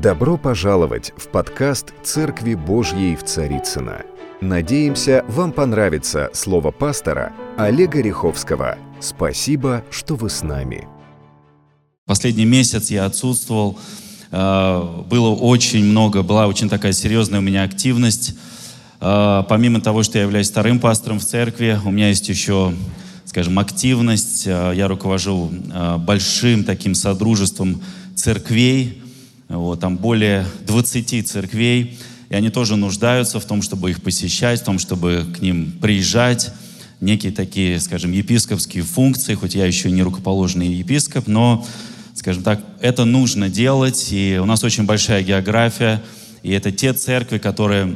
Добро пожаловать в подкаст «Церкви Божьей в Царицыно». Надеемся, вам понравится слово пастора Олега Риховского. Спасибо, что вы с нами. Последний месяц я отсутствовал. Была очень такая серьезная у меня активность. Помимо того, что я являюсь вторым пастором в церкви, у меня есть еще, активность. Я руковожу большим таким содружеством церквей. Там более 20 церквей. И они тоже нуждаются в том, чтобы их посещать, в том, чтобы к ним приезжать. Некие такие, епископские функции, хоть я еще не рукоположенный епископ, но, это нужно делать. И у нас очень большая география. И это те церкви, которые,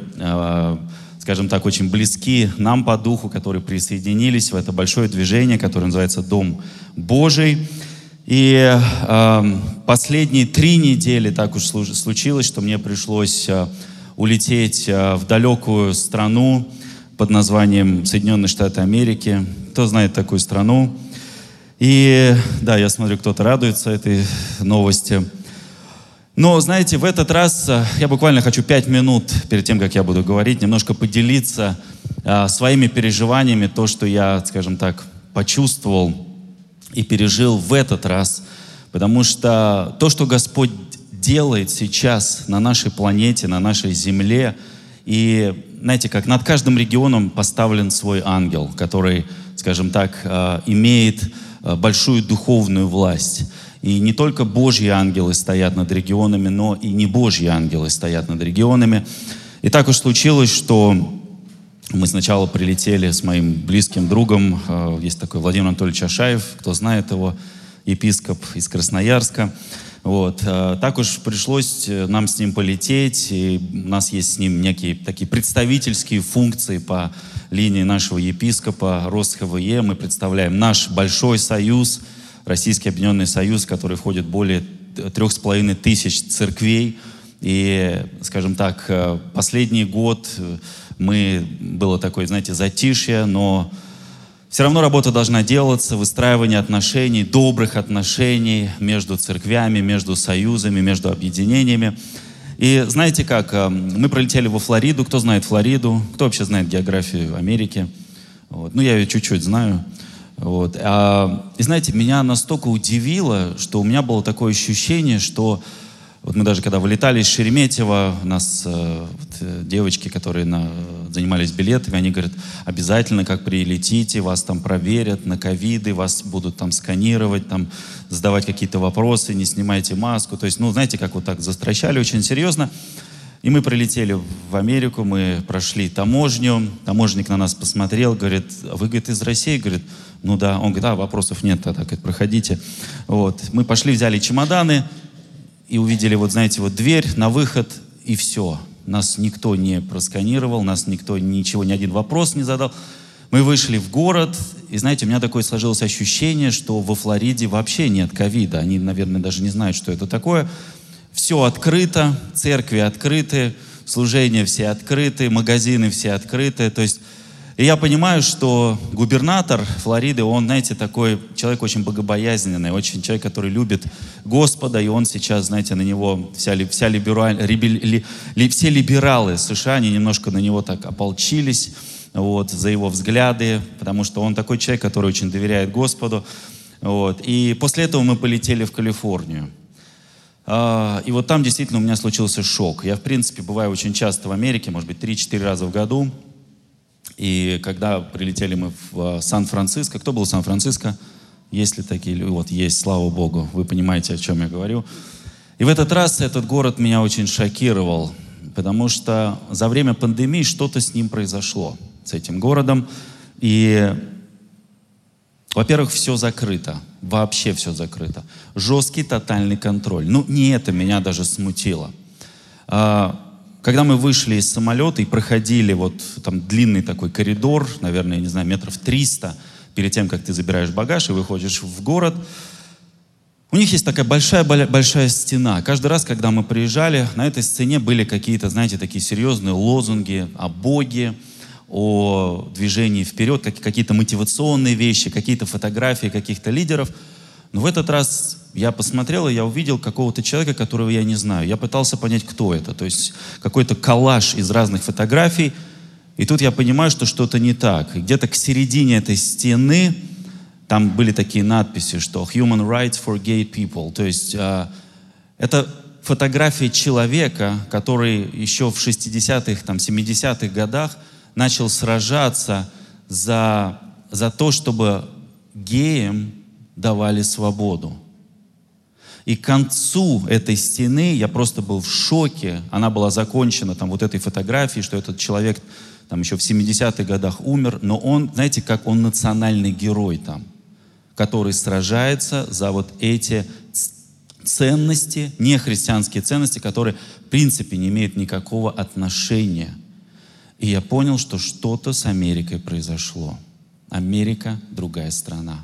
очень близки нам по духу, которые присоединились в это большое движение, которое называется «Дом Божий». И последние 3 недели так уж случилось, что мне пришлось улететь в далекую страну под названием Соединенные Штаты Америки. Кто знает такую страну? И да, я смотрю, кто-то радуется этой новости. Но, знаете, в этот раз я буквально хочу 5 минут перед тем, как я буду говорить, немножко поделиться своими переживаниями, то, что я, почувствовал и пережил в этот раз. Потому что то, что Господь делает сейчас на нашей планете, на нашей земле, и, знаете, как над каждым регионом поставлен свой ангел, который, имеет большую духовную власть. И не только Божьи ангелы стоят над регионами, но и не Божьи ангелы стоят над регионами. И так уж случилось, что мы сначала прилетели с моим близким другом, есть такой Владимир Анатольевич Ашаев, кто знает его, епископ из Красноярска. Так уж пришлось нам с ним полететь, и у нас есть с ним некие такие представительские функции по линии нашего епископа РосХВЕ. Мы представляем наш большой союз, Российский Объединенный Союз, который входит в более 3500 церквей. И, последний год было такое, затишье, но все равно работа должна делаться, выстраивание отношений, добрых отношений между церквями, между союзами, между объединениями. И знаете как, мы пролетели во Флориду. Кто знает Флориду? Кто вообще знает географию Америки? Я ее чуть-чуть знаю. И знаете, меня настолько удивило, что у меня было такое ощущение, что мы даже когда вылетали из Шереметьево, у нас девочки, которые занимались билетами, они говорят, обязательно, как прилетите, вас там проверят на ковиды, вас будут там сканировать, там задавать какие-то вопросы, не снимайте маску. То есть, знаете, как так застращали очень серьезно. И мы прилетели в Америку, мы прошли таможню, таможенник на нас посмотрел, говорит, вы, из России? Говорит, да. Он говорит, вопросов нет, тогда, проходите. Мы пошли, взяли чемоданы и увидели, дверь на выход, и все. Нас никто не просканировал, нас никто ни один вопрос не задал. Мы вышли в город, и, знаете, у меня такое сложилось ощущение, что во Флориде вообще нет ковида. Они, наверное, даже не знают, что это такое. Все открыто, церкви открыты, служения все открыты, магазины все открыты. То есть, и я понимаю, что губернатор Флориды, он, знаете, такой человек очень богобоязненный, очень человек, который любит Господа, и он сейчас, знаете, на него все либералы США, они немножко на него так ополчились, за его взгляды, потому что он такой человек, который очень доверяет Господу. И после этого мы полетели в Калифорнию. И там действительно у меня случился шок. Я, в принципе, бываю очень часто в Америке, может быть, 3-4 раза в году. И когда прилетели мы в Сан-Франциско, кто был в Сан-Франциско? Есть ли такие люди? Есть, слава Богу. Вы понимаете, о чем я говорю. И в этот раз этот город меня очень шокировал, потому что за время пандемии что-то с ним произошло, с этим городом. И, во-первых, все закрыто. Вообще все закрыто. Жесткий тотальный контроль. Не это меня даже смутило. Когда мы вышли из самолета и проходили там длинный такой коридор, наверное, я не знаю, метров 300, перед тем, как ты забираешь багаж и выходишь в город, у них есть такая большая стена. Каждый раз, когда мы приезжали, на этой стене были какие-то, знаете, такие серьезные лозунги о Боге, о движении вперед, какие-то мотивационные вещи, какие-то фотографии каких-то лидеров. Но в этот раз я посмотрел, и я увидел какого-то человека, которого я не знаю. Я пытался понять, кто это. То есть какой-то коллаж из разных фотографий. И тут я понимаю, что что-то не так. И где-то к середине этой стены там были такие надписи, что «Human rights for gay people». То есть это фотография человека, который еще в 60-х, 70-х годах начал сражаться за то, чтобы геям давали свободу. И к концу этой стены я просто был в шоке. Она была закончена вот этой фотографией, что этот человек еще в 70-х годах умер. Но он, знаете, как он национальный герой там, который сражается за вот эти ценности, нехристианские ценности, которые в принципе не имеют никакого отношения. И я понял, что что-то с Америкой произошло. Америка — другая страна.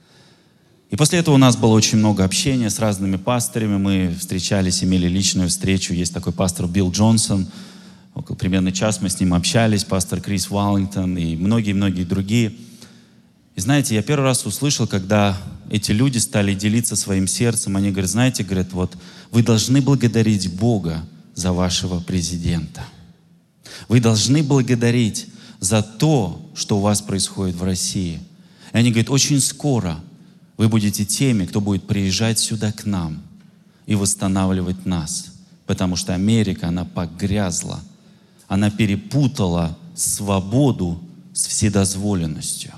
И после этого у нас было очень много общения с разными пасторами. Мы встречались, имели личную встречу. Есть такой пастор Билл Джонсон. Около примерно час мы с ним общались. Пастор Крис Валлингтон и многие-многие другие. И знаете, я первый раз услышал, когда эти люди стали делиться своим сердцем. Они говорят, знаете, вот вы должны благодарить Бога за вашего президента. Вы должны благодарить за то, что у вас происходит в России. И они говорят, очень скоро вы будете теми, кто будет приезжать сюда к нам и восстанавливать нас. Потому что Америка, она погрязла. Она перепутала свободу с вседозволенностью.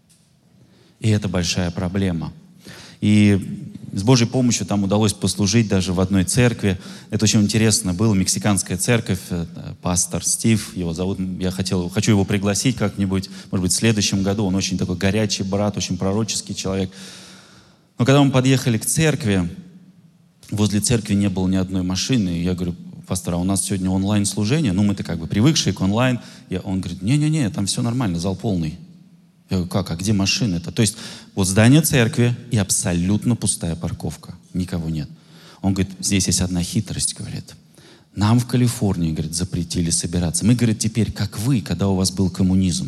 И это большая проблема. И с Божьей помощью там удалось послужить даже в одной церкви. Это очень интересно было. Мексиканская церковь, пастор Стив, его зовут. Я хочу его пригласить как-нибудь, может быть, в следующем году. Он очень такой горячий брат, очень пророческий человек. Но когда мы подъехали к церкви, возле церкви не было ни одной машины. И я говорю, пастор, а у нас сегодня онлайн-служение. Ну, мы-то привыкшие к онлайн. Он говорит, не-не-не, там все нормально, зал полный. Я говорю, как? А где машины-то? То есть вот здание церкви и абсолютно пустая парковка. Никого нет. Он говорит, здесь есть одна хитрость, говорит. Нам в Калифорнии, говорит, запретили собираться. Мы, говорит, теперь как вы, когда у вас был коммунизм.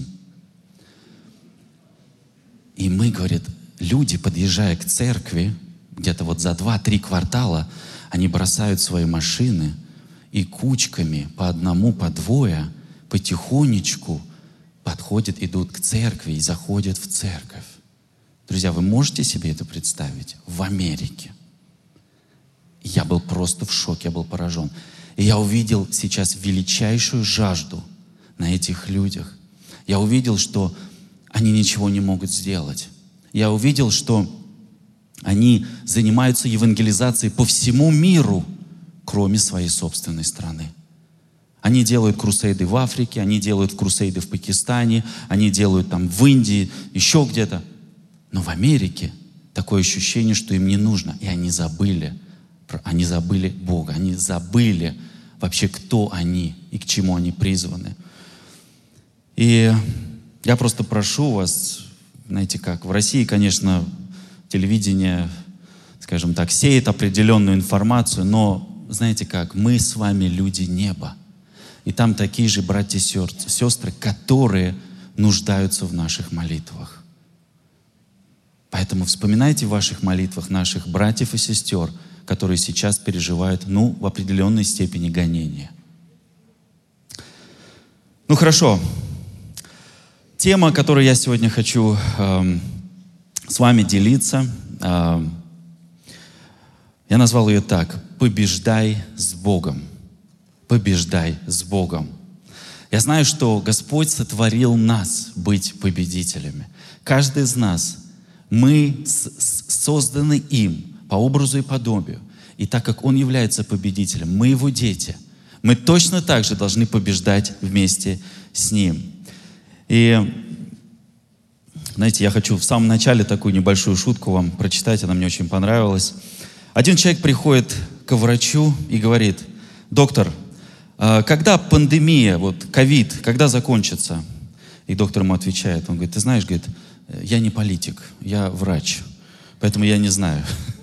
И мы, говорит, люди, подъезжая к церкви, где-то вот за 2-3 квартала, они бросают свои машины и кучками по одному, по двое, потихонечку подходят, идут к церкви и заходят в церковь. Друзья, вы можете себе это представить? В Америке. Я был просто в шоке, я был поражен. И я увидел сейчас величайшую жажду на этих людях. Я увидел, что они ничего не могут сделать. Я увидел, что они занимаются евангелизацией по всему миру, кроме своей собственной страны. Они делают крусейды в Африке, они делают крусейды в Пакистане, они делают там в Индии, еще где-то. Но в Америке такое ощущение, что им не нужно. И они забыли Бога, они забыли вообще, кто они и к чему они призваны. И я просто прошу вас, знаете как, в России, конечно, телевидение, скажем так, сеет определенную информацию, но, знаете как, мы с вами люди неба. И там такие же братья и сестры, которые нуждаются в наших молитвах. Поэтому вспоминайте в ваших молитвах наших братьев и сестер, которые сейчас переживают, в определенной степени гонения. Хорошо. Тема, которой я сегодня хочу с вами делиться, я назвал ее так: «Побеждай с Богом». Побеждай с Богом. Я знаю, что Господь сотворил нас быть победителями. Каждый из нас, мы созданы им по образу и подобию. И так как Он является победителем, мы Его дети. Мы точно так же должны побеждать вместе с Ним. И, знаете, я хочу в самом начале такую небольшую шутку вам прочитать, она мне очень понравилась. Один человек приходит к врачу и говорит: доктор, когда пандемия, ковид, когда закончится? И доктор ему отвечает, он говорит: ты знаешь, говорит, я не политик, я врач, поэтому я не знаю.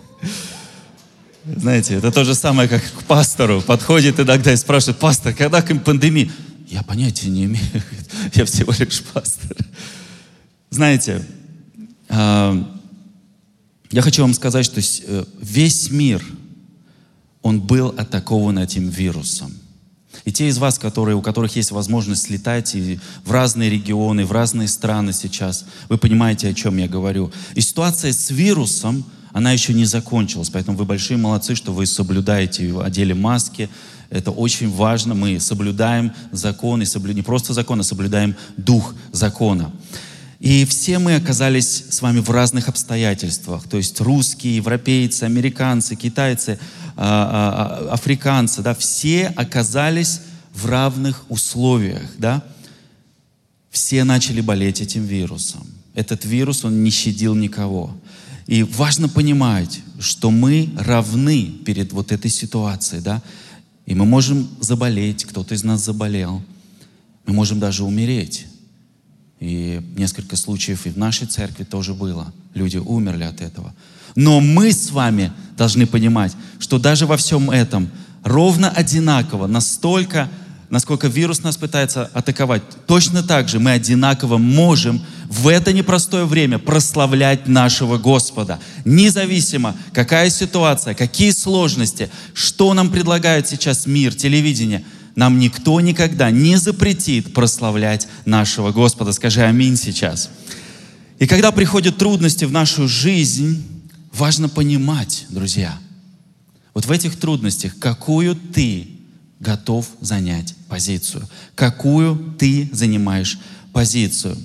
Знаете, это то же самое, как к пастору подходит иногда и спрашивает: пастор, когда пандемия? Я понятия не имею, я всего лишь пастор. Знаете, Я хочу вам сказать, что весь мир, он был атакован этим вирусом. И те из вас, у которых есть возможность слетать в разные регионы, в разные страны сейчас, вы понимаете, о чем я говорю. И ситуация с вирусом, она еще не закончилась, поэтому вы большие молодцы, что вы соблюдаете, одели маски. Это очень важно, мы соблюдаем закон, не просто закон, а соблюдаем дух закона. И все мы оказались с вами в разных обстоятельствах. То есть русские, европейцы, американцы, китайцы, африканцы, да, все оказались в равных условиях, да. Все начали болеть этим вирусом. Этот вирус, он не щадил никого. И важно понимать, что мы равны перед вот этой ситуацией, да. И мы можем заболеть, кто-то из нас заболел. Мы можем даже умереть. И несколько случаев и в нашей церкви тоже было. Люди умерли от этого. Но мы с вами должны понимать, что даже во всем этом ровно одинаково, настолько, насколько вирус нас пытается атаковать, точно так же мы одинаково можем в это непростое время прославлять нашего Господа. Независимо, какая ситуация, какие сложности, что нам предлагает сейчас мир, телевидение, нам никто никогда не запретит прославлять нашего Господа. Скажи аминь сейчас. И когда приходят трудности в нашу жизнь, важно понимать, друзья, вот в этих трудностях, какую ты готов занять позицию, какую ты занимаешь позицию.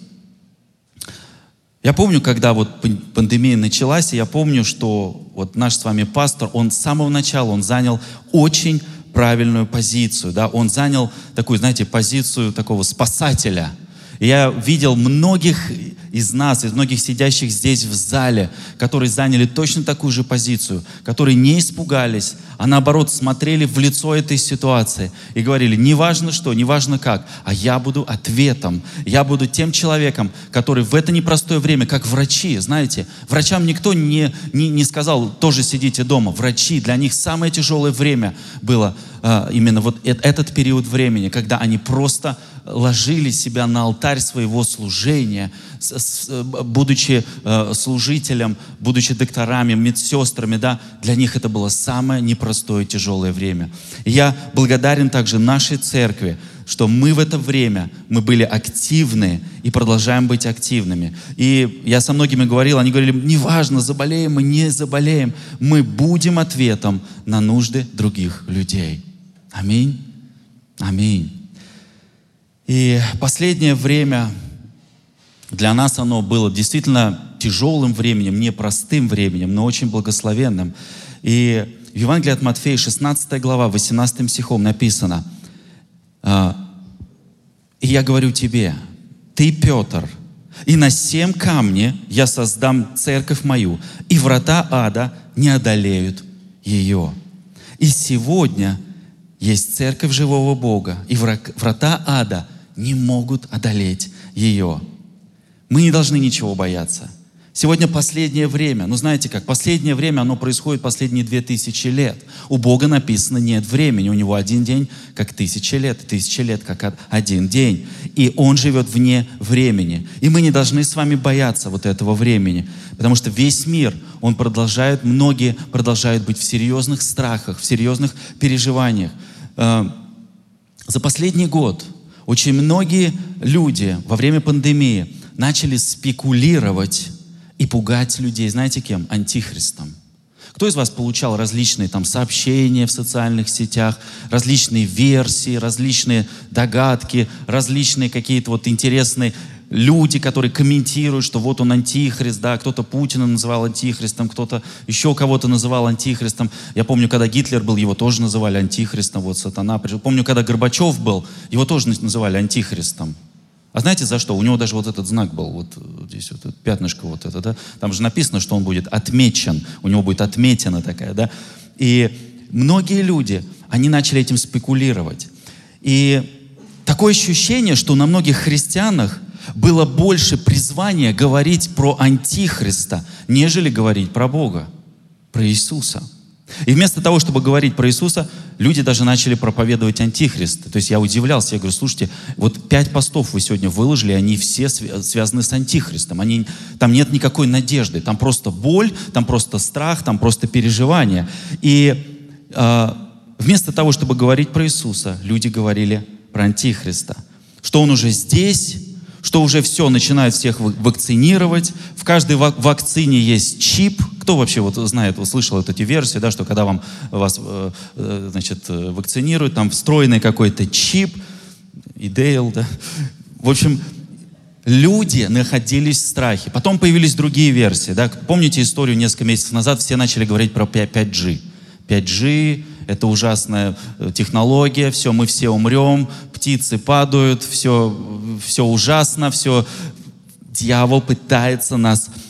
Я помню, когда вот пандемия началась, и я помню, что вот наш с вами пастор, он с самого начала, он занял очень правильную позицию, да, он занял такую, знаете, позицию такого спасателя. И я видел многих из нас, из многих сидящих здесь в зале, которые заняли точно такую же позицию, которые не испугались, а наоборот смотрели в лицо этой ситуации и говорили, не важно что, не важно как, а я буду ответом, я буду тем человеком, который в это непростое время, как врачи, знаете, врачам никто не сказал, тоже сидите дома. Врачи, для них самое тяжелое время было именно вот этот период времени, когда они просто ложили себя на алтарь своего служения, будучи служителем, будучи докторами, медсестрами, да, для них это было самое непростое, тяжелое время. И я благодарен также нашей церкви, что мы в это время, мы были активны и продолжаем быть активными. И я со многими говорил, они говорили, неважно, заболеем мы, не заболеем, мы будем ответом на нужды других людей. Аминь. Аминь. И последнее время для нас оно было действительно тяжелым временем, непростым временем, но очень благословенным. И в Евангелии от Матфея, 16 глава, 18 стихом написано, «И я говорю тебе, ты, Петр, и на сем камне я создам церковь мою, и врата ада не одолеют ее. И сегодня есть церковь живого Бога, и врата ада не могут одолеть ее». Мы не должны ничего бояться. Сегодня последнее время. Ну, знаете как, последнее время, оно происходит последние 2000 лет. У Бога написано, нет времени. У Него один день, как 1000 лет, 1000 лет, как один день. И Он живет вне времени. И мы не должны с вами бояться вот этого времени. Потому что весь мир, он продолжает, многие продолжают быть в серьезных страхах, в серьезных переживаниях. За последний год очень многие люди во время пандемии начали спекулировать и пугать людей. Знаете кем? Антихристом. Кто из вас получал различные там сообщения в социальных сетях, различные версии, различные догадки, различные какие-то вот интересные люди, которые комментируют, что вот он антихрист, да, кто-то Путина называл антихристом, кто-то еще кого-то называл антихристом. Я помню, когда Гитлер был, его тоже называли антихристом, вот сатана. Помню, когда Горбачев был, его тоже называли антихристом. А знаете за что? У него даже вот этот знак был, вот здесь вот это пятнышко вот это, да? Там же написано, что он будет отмечен, у него будет отметина такая, да? И многие люди, они начали этим спекулировать. И такое ощущение, что на многих христианах было больше призвания говорить про антихриста, нежели говорить про Бога, про Иисуса. И вместо того, чтобы говорить про Иисуса, люди даже начали проповедовать антихриста. То есть я удивлялся, я говорю, слушайте, вот 5 постов вы сегодня выложили, они все связаны с антихристом. Там нет никакой надежды, там просто боль, там просто страх, там просто переживание. И вместо того, чтобы говорить про Иисуса, люди говорили про антихриста. Что он уже здесь, что уже все, начинают всех вакцинировать. В каждой вакцине есть чип. Кто вообще вот знает, слышал вот эти версии, да, что когда вас вакцинируют, там встроенный какой-то чип, идейл, да. В общем, люди находились в страхе. Потом появились другие версии, да. Помните историю несколько месяцев назад, все начали говорить про 5G. 5G — это ужасная технология, все, мы все умрем, птицы падают, все ужасно, все. Дьявол пытается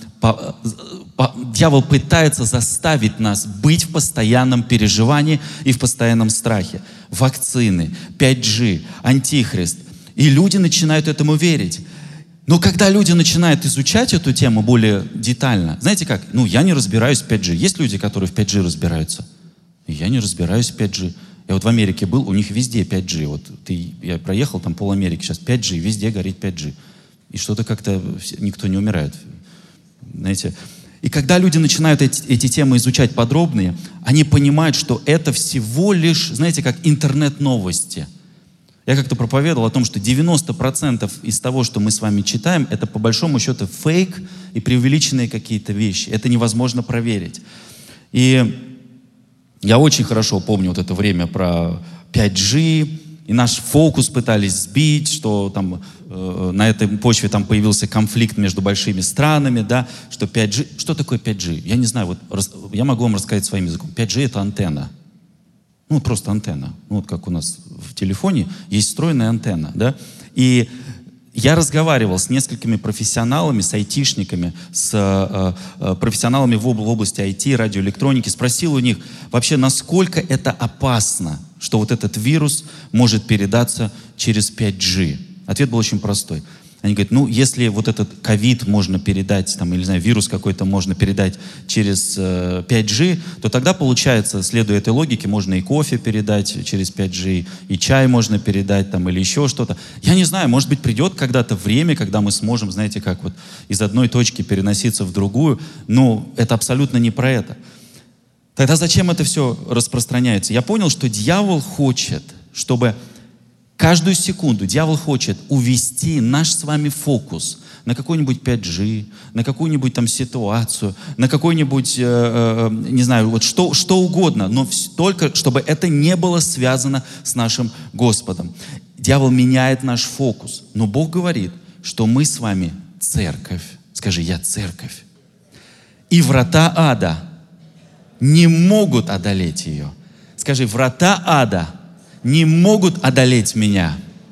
заставить нас быть в постоянном переживании и в постоянном страхе. Вакцины, 5G, антихрист. И люди начинают этому верить. Но когда люди начинают изучать эту тему более детально, знаете как? Я не разбираюсь в 5G. Есть люди, которые в 5G разбираются? Я не разбираюсь в 5G. Я вот в Америке был, у них везде 5G. Я проехал там пол Америки, сейчас 5G, везде горит 5G. И что-то как-то никто не умирает. Знаете? И когда люди начинают эти темы изучать подробнее, они понимают, что это всего лишь, знаете, как интернет-новости. Я как-то проповедовал о том, что 90% из того, что мы с вами читаем, это по большому счету фейк и преувеличенные какие-то вещи. Это невозможно проверить. И я очень хорошо помню вот это время про 5G, и наш фокус пытались сбить, что там на этой почве там появился конфликт между большими странами, да, что 5G... Что такое 5G? Я не знаю, я могу вам рассказать своим языком. 5G — это антенна. Просто антенна. Вот как у нас в телефоне есть встроенная антенна, да. И я разговаривал с несколькими профессионалами, с айтишниками, с профессионалами в области IT, радиоэлектроники, спросил у них вообще, насколько это опасно, что вот этот вирус может передаться через 5G. Ответ был очень простой. Они говорят, если вот этот ковид можно передать, там, или, не знаю, вирус какой-то можно передать через 5G, то тогда, получается, следуя этой логике, можно и кофе передать через 5G, и чай можно передать, там, или еще что-то. Я не знаю, может быть, придет когда-то время, когда мы сможем, знаете, как вот из одной точки переноситься в другую, но это абсолютно не про это. Тогда зачем это все распространяется? Я понял, что дьявол хочет, чтобы каждую секунду дьявол хочет увести наш с вами фокус на какой-нибудь 5G, на какую-нибудь там ситуацию, на какой-нибудь, не знаю, вот что угодно, но только чтобы это не было связано с нашим Господом. Дьявол меняет наш фокус, но Бог говорит, что мы с вами церковь. Скажи, я церковь. И врата ада не могут одолеть ее. Скажи, врата ада не могут одолеть меня.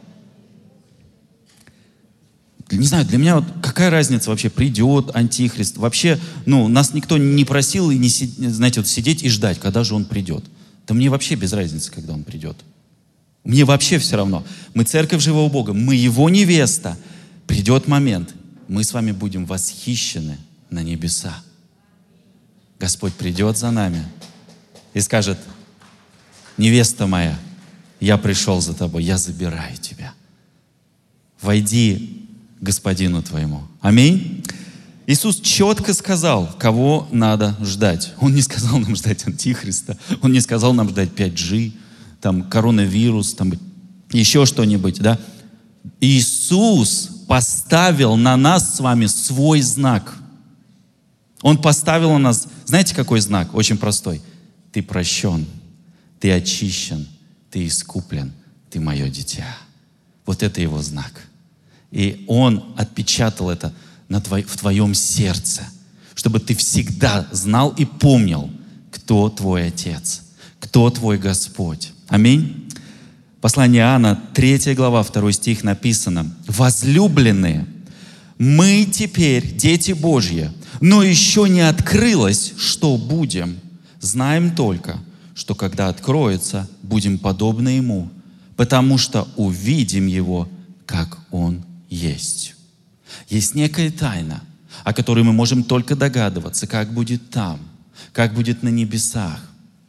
Не знаю, для меня вот какая разница вообще, придет антихрист. Вообще, нас никто не просил и знаете, сидеть и ждать, когда же он придет. Да мне вообще без разницы, когда он придет. Мне вообще все равно. Мы церковь живого Бога, мы его невеста. Придет момент, мы с вами будем восхищены на небеса. Господь придет за нами и скажет: невеста моя, я пришел за тобой, я забираю тебя. Войди к Господину твоему. Аминь. Иисус четко сказал, кого надо ждать. Он не сказал нам ждать антихриста, Он не сказал нам ждать 5G, там, коронавирус, там, еще что-нибудь, да. Иисус поставил на нас с вами свой знак. Он поставил на нас, знаете, какой знак? Очень простой. Ты прощен, ты очищен, ты искуплен, ты мое дитя. Вот это его знак. И Он отпечатал это в твоем сердце, чтобы ты всегда знал и помнил, кто твой Отец, кто твой Господь. Аминь. Послание Иоанна, 3 глава, 2 стих написано: «Возлюбленные, мы теперь дети Божьи, но еще не открылось, что будем. Знаем только, что когда откроется, будем подобны Ему, потому что увидим Его, как Он есть». Есть некая тайна, о которой мы можем только догадываться, как будет там, как будет на небесах.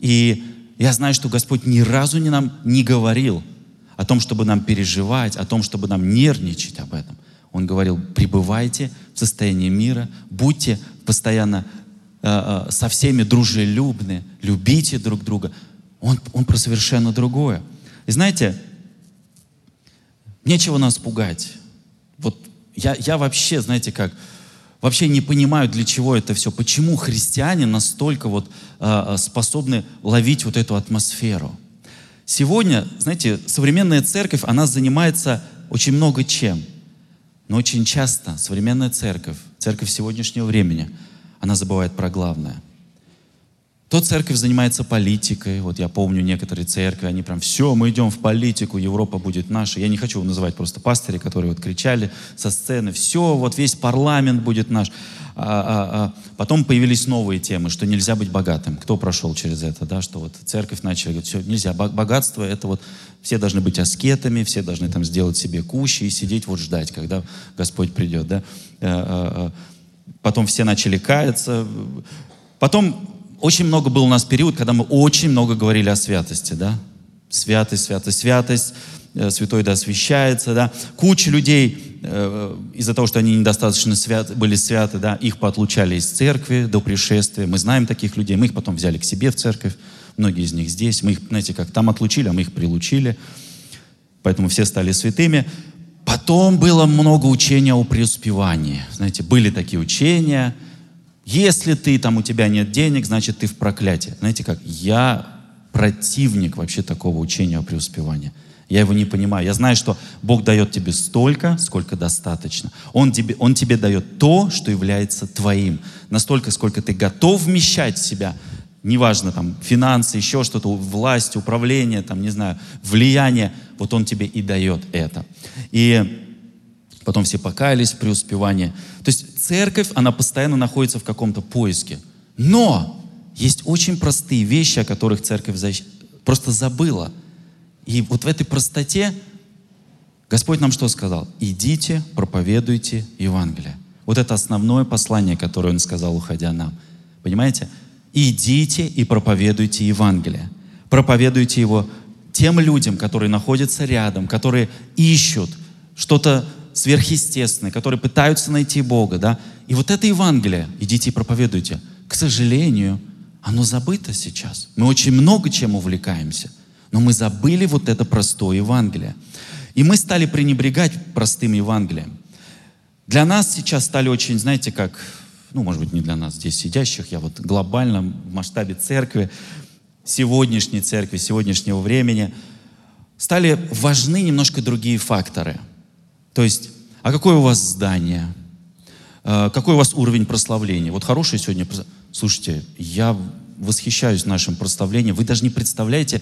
И я знаю, что Господь ни разу нам не говорил о том, чтобы нам переживать, о том, чтобы нам нервничать об этом. Он говорил: пребывайте в состоянии мира, будьте постоянно со всеми дружелюбны, любите друг друга. Он про совершенно другое. И знаете, нечего нас пугать. Вот я вообще, знаете как, вообще не понимаю, для чего это все. Почему христиане настолько вот способны ловить вот эту атмосферу. Сегодня, знаете, современная церковь, она занимается очень много чем. Но очень часто современная церковь сегодняшнего времени, она забывает про главное. То церковь занимается политикой. Вот я помню некоторые церкви, они прям: все, мы идем в политику, Европа будет наша. Я не хочу называть просто пастырей, которые вот кричали со сцены: все, вот весь парламент будет наш. Потом появились новые темы, что нельзя быть богатым. Кто прошел через это, да, что вот церковь начала говорить: все, нельзя, богатство, это вот все должны быть аскетами, все должны там сделать себе кущи и сидеть вот ждать, когда Господь придет, да. Потом все начали каяться. Потом очень много был у нас период, когда мы очень много говорили о святости, да. Святость, святость, святость, святой да освящается, да. Куча людей из-за того, что они недостаточно были святы, да, их поотлучали из церкви до пришествия. Мы знаем таких людей, мы их потом взяли к себе в церковь, многие из них здесь. Мы их, знаете, как там отлучили, а мы их прилучили. Поэтому все стали святыми. Потом было много учения о преуспевании. Знаете, были такие учения. Если у тебя нет денег, значит, ты в проклятии. Знаете как, я противник вообще такого учения о преуспевании. Я его не понимаю. Я знаю, что Бог дает тебе столько, сколько достаточно. Он тебе дает то, что является твоим. Настолько, сколько ты готов вмещать в себя. Неважно, там, финансы, еще что-то, власть, управление, там, не знаю, влияние. Вот Он тебе и дает это. И потом все покаялись в преуспевании. То есть церковь, она постоянно находится в каком-то поиске. Но есть очень простые вещи, о которых церковь просто забыла. И вот в этой простоте Господь нам что сказал? Идите, проповедуйте Евангелие. Вот это основное послание, которое Он сказал, уходя нам. Понимаете? Идите и проповедуйте Евангелие. Проповедуйте его тем людям, которые находятся рядом, которые ищут что-то сверхъестественное, которые пытаются найти Бога, да? И вот это Евангелие, идите и проповедуйте. К сожалению, оно забыто сейчас. Мы очень много чем увлекаемся, но мы забыли вот это простое Евангелие. И мы стали пренебрегать простым Евангелием. Для нас сейчас стали очень, знаете, как, может быть, не для нас здесь сидящих, я вот глобально в масштабе церкви, сегодняшней церкви, сегодняшнего времени, стали важны немножко другие факторы. То есть, а какое у вас здание? Какой у вас уровень прославления? Вот хорошее сегодня... Слушайте, я восхищаюсь нашим прославлением. Вы даже не представляете,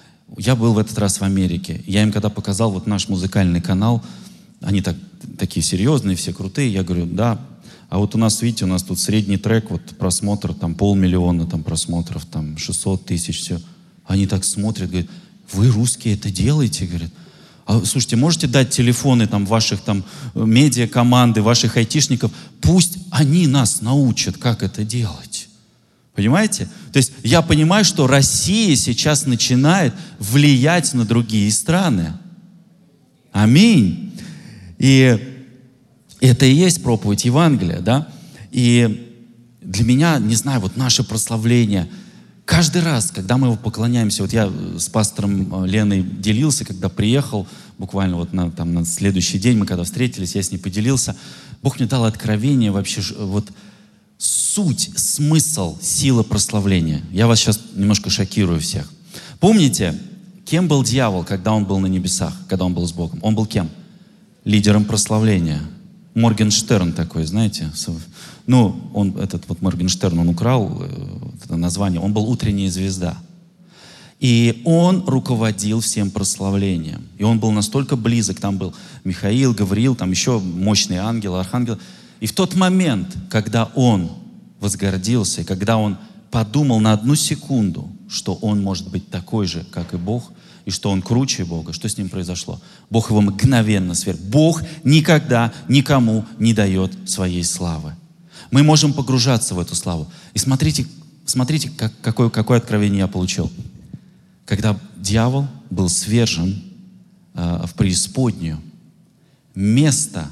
я был в этот раз в Америке. Я им когда показал вот наш музыкальный канал, они такие серьезные, все крутые. Я говорю, да. А вот у нас, видите, у нас тут средний трек, вот просмотр, там 500 000 там просмотров, там 600 тысяч, все. Они так смотрят, говорят, вы, русские, это делаете? Говорят, а, слушайте, можете дать телефоны там ваших там медиа-команды, ваших айтишников, пусть они нас научат, как это делать. Понимаете? То есть я понимаю, что Россия сейчас начинает влиять на другие страны. Аминь. И это и есть проповедь Евангелия, да? И для меня, не знаю, вот наше прославление, каждый раз, когда мы его поклоняемся, вот я с пастором Леной делился, когда приехал, буквально вот на следующий день, мы когда встретились, я с ней поделился, Бог мне дал откровение вообще, вот суть, смысл, сила прославления. Я вас сейчас немножко шокирую всех. Помните, кем был дьявол, когда он был на небесах, когда он был с Богом? Он был кем? Лидером прославления. Моргенштерн такой, знаете. Этот Моргенштерн, он украл это название. Он был утренняя звезда. И он руководил всем прославлением. И он был настолько близок. Там был Михаил, Гавриил, там еще мощные ангелы, архангелы. И в тот момент, когда он возгордился, когда он подумал на одну секунду, что он может быть такой же, как и Бог, и что он круче Бога, что с ним произошло? Бог его мгновенно сверг. Бог никогда никому не дает своей славы. Мы можем погружаться в эту славу. И смотрите, смотрите, какое откровение я получил. Когда дьявол был свержен в преисподнюю, место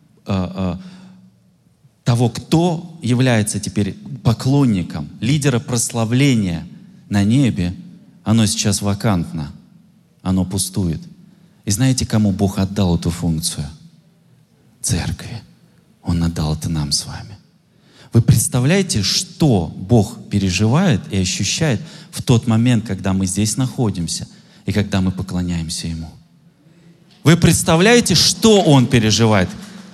того, кто является теперь поклонником, лидера прославления на небе, оно сейчас вакантно, оно пустует. И знаете, кому Бог отдал эту функцию? Церкви. Он отдал это нам с вами. Вы представляете, что Бог переживает и ощущает в тот момент, когда мы здесь находимся и когда мы поклоняемся Ему? Вы представляете, что Он переживает?